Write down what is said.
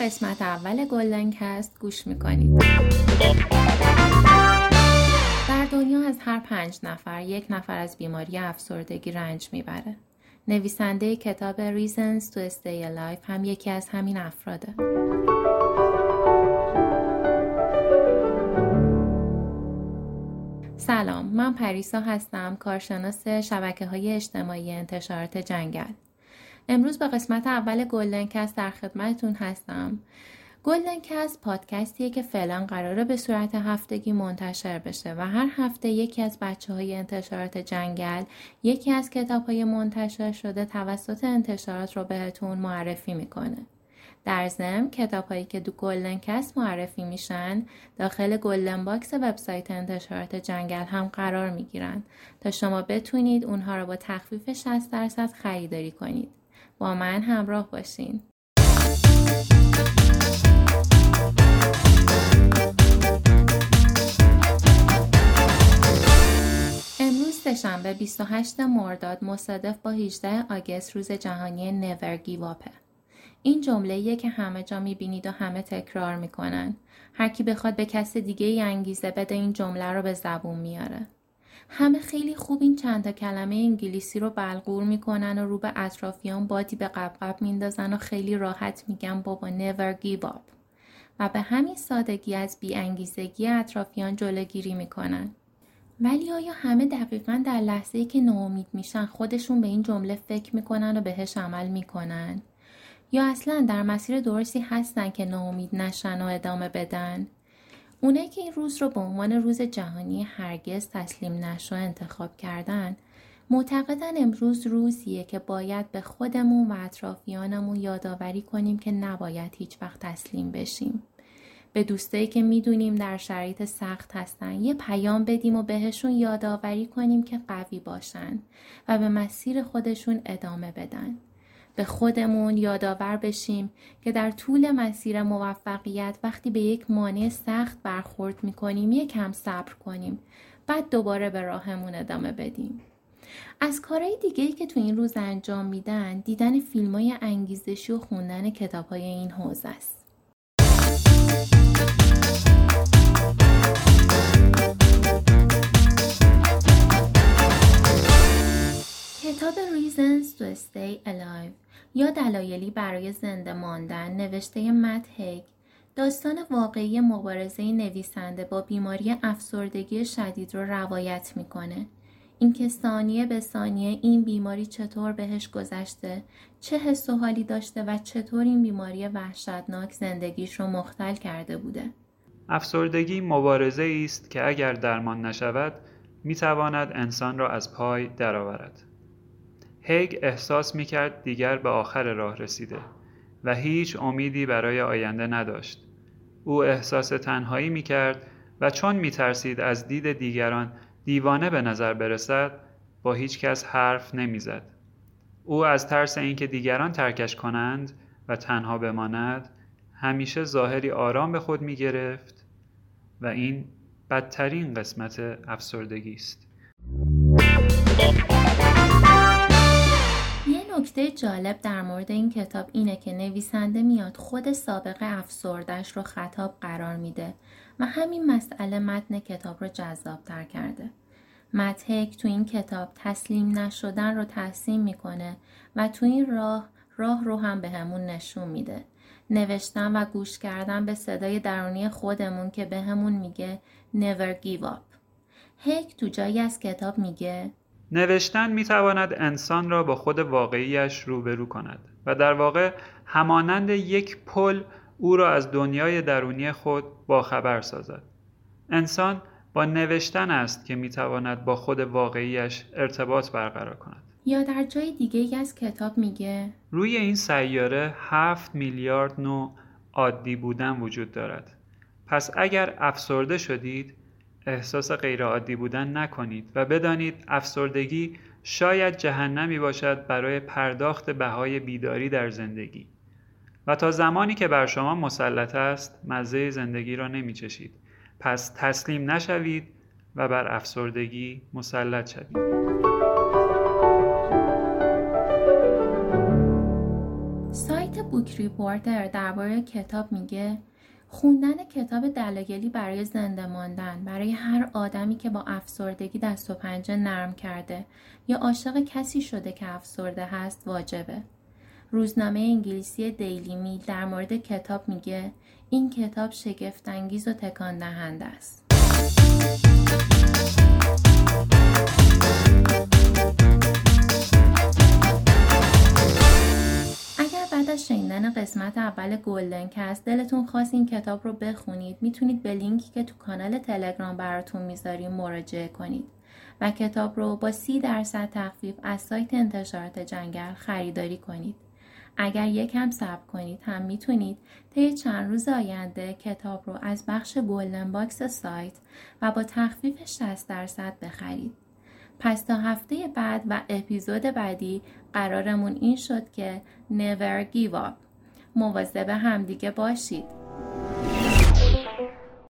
قسمت اول گلدن کست گوش میکنید. در دنیا از هر 5 نفر 1 نفر از بیماری افسردگی رنج میبره. نویسنده کتاب Reasons to Stay Alive هم یکی از همین افراده. سلام، من پریسا هستم، کارشناس شبکه‌های اجتماعی انتشارات جنگل. امروز به قسمت اول گلدن کست در خدمتتون هستم. گلدن کست پادکستیه که فعلا قراره به صورت هفتگی منتشر بشه و هر هفته یکی از بچه‌های انتشارات جنگل یکی از کتاب‌های منتشر شده توسط انتشارات رو بهتون معرفی میکنه. در ضمن کتاب‌هایی که دو گلدن کست معرفی میشن داخل گلدن باکس وبسایت انتشارات جنگل هم قرار میگیرن تا شما بتونید اونها رو با تخفیف 60% خریداری کنید. با من همراه باشین. امروز سه‌شنبه 28 مرداد مصادف با 18 آگوست روز جهانی Never Give Up. این جمله‌ایه که همه جا می‌بینید و همه تکرار می‌کنن. هر کی بخواد به کس دیگه‌ای انگیزه بده این جمله رو به زبون میاره. همه خیلی خوب این چند تا کلمه انگلیسی رو بلغور میکنن و رو به اطرافیان بادی به قبقب میندازن و خیلی راحت میگن بابا never give up و به همین سادگی از بی‌انگیزگی اطرافیان جلوگیری میکنن. ولی آیا همه دقیقاً در لحظه‌ای که ناامید میشن خودشون به این جمله فکر میکنن و بهش عمل میکنن؟ یا اصلاً در مسیر درستی هستن که ناامید نشن و ادامه بدن؟ اونایی که این روز رو به عنوان روز جهانی هرگز تسلیم نشو انتخاب کردن، معتقدن امروز روزیه که باید به خودمون و اطرافیانمون یادآوری کنیم که نباید هیچ وقت تسلیم بشیم. به دوستایی که میدونیم در شرایط سخت هستن یه پیام بدیم و بهشون یادآوری کنیم که قوی باشن و به مسیر خودشون ادامه بدن. به خودمون یادآور بشیم که در طول مسیر موفقیت وقتی به یک مانع سخت برخورد میکنیم یکم صبر کنیم، بعد دوباره به راهمون ادامه بدیم. از کارهای دیگه‌ای که تو این روز انجام میدن دیدن فیلم‌های انگیزشی و خوندن کتاب‌های این حوزه است. کتاب Reasons to Stay Alive یا دلایلی برای زنده ماندن نوشته مت هیگ داستان واقعی مبارزه نویسنده با بیماری افسردگی شدید رو روایت میکنه. اینکه ثانیه به ثانیه این بیماری چطور بهش گذشته، چه حس و حالی داشته و چطور این بیماری وحشتناک زندگیش رو مختل کرده بوده. افسردگی مبارزه است که اگر درمان نشود میتواند انسان را از پای درآورد. هیگ احساس می‌کرد دیگر به آخر راه رسیده و هیچ امیدی برای آینده نداشت. او احساس تنهایی می‌کرد و چون می‌ترسید از دید دیگران دیوانه به نظر برسد، با هیچ کس حرف نمی‌زد. او از ترس اینکه دیگران ترکش کنند و تنها بماند، همیشه ظاهری آرام به خود می‌گرفت و این بدترین قسمت افسردگی است. نکته جالب در مورد این کتاب اینه که نویسنده میاد خود سابق افسردش رو خطاب قرار میده و همین مسئله متن کتاب رو جذاب‌تر کرده. مت هیگ تو این کتاب تسلیم نشدن رو تحسین میکنه و تو این راه رو هم بهمون نشون میده. نوشتن و گوش کردن به صدای درونی خودمون که بهمون میگه never give up. هیگ تو جایی از کتاب میگه نوشتن میتواند انسان را با خود واقعیش روبرو کند و در واقع همانند یک پل او را از دنیای درونی خود باخبر سازد. انسان با نوشتن است که میتواند با خود واقعیش ارتباط برقرار کند. یا در جای دیگه از کتاب میگه روی این سیاره 7 میلیارد نوع عادی بودن وجود دارد. پس اگر افسرده شدید احساس غیر عادی بودن نکنید و بدانید افسردگی شاید جهنمی باشد برای پرداخت بهای بیداری در زندگی و تا زمانی که بر شما مسلط است مزه زندگی را نمی چشید. پس تسلیم نشوید و بر افسردگی مسلط شوید. سایت سایت بوک ریپورتر درباره کتاب میگه خوندن کتاب دلایلی برای زنده ماندن برای هر آدمی که با افسردگی دست و پنجه نرم کرده یا عاشق کسی شده که افسرده هست واجبه. روزنامه انگلیسی دیلی میل در مورد کتاب میگه این کتاب شگفت‌انگیز و تکان دهنده است. بعد از شنیدن قسمت اول گلدن کست دلتون خواست این کتاب رو بخونید، میتونید به لینکی که تو کانال تلگرام براتون میذاریم مراجعه کنید و کتاب رو با 30% تخفیف از سایت انتشارات جنگل خریداری کنید. اگر یکم صبر کنید هم میتونید طی چند روز آینده کتاب رو از بخش گلدن باکس سایت و با تخفیف 60% بخرید. پس تا هفته بعد و اپیزود بعدی قرارمون این شد که never give up. مواظب همدیگه باشید.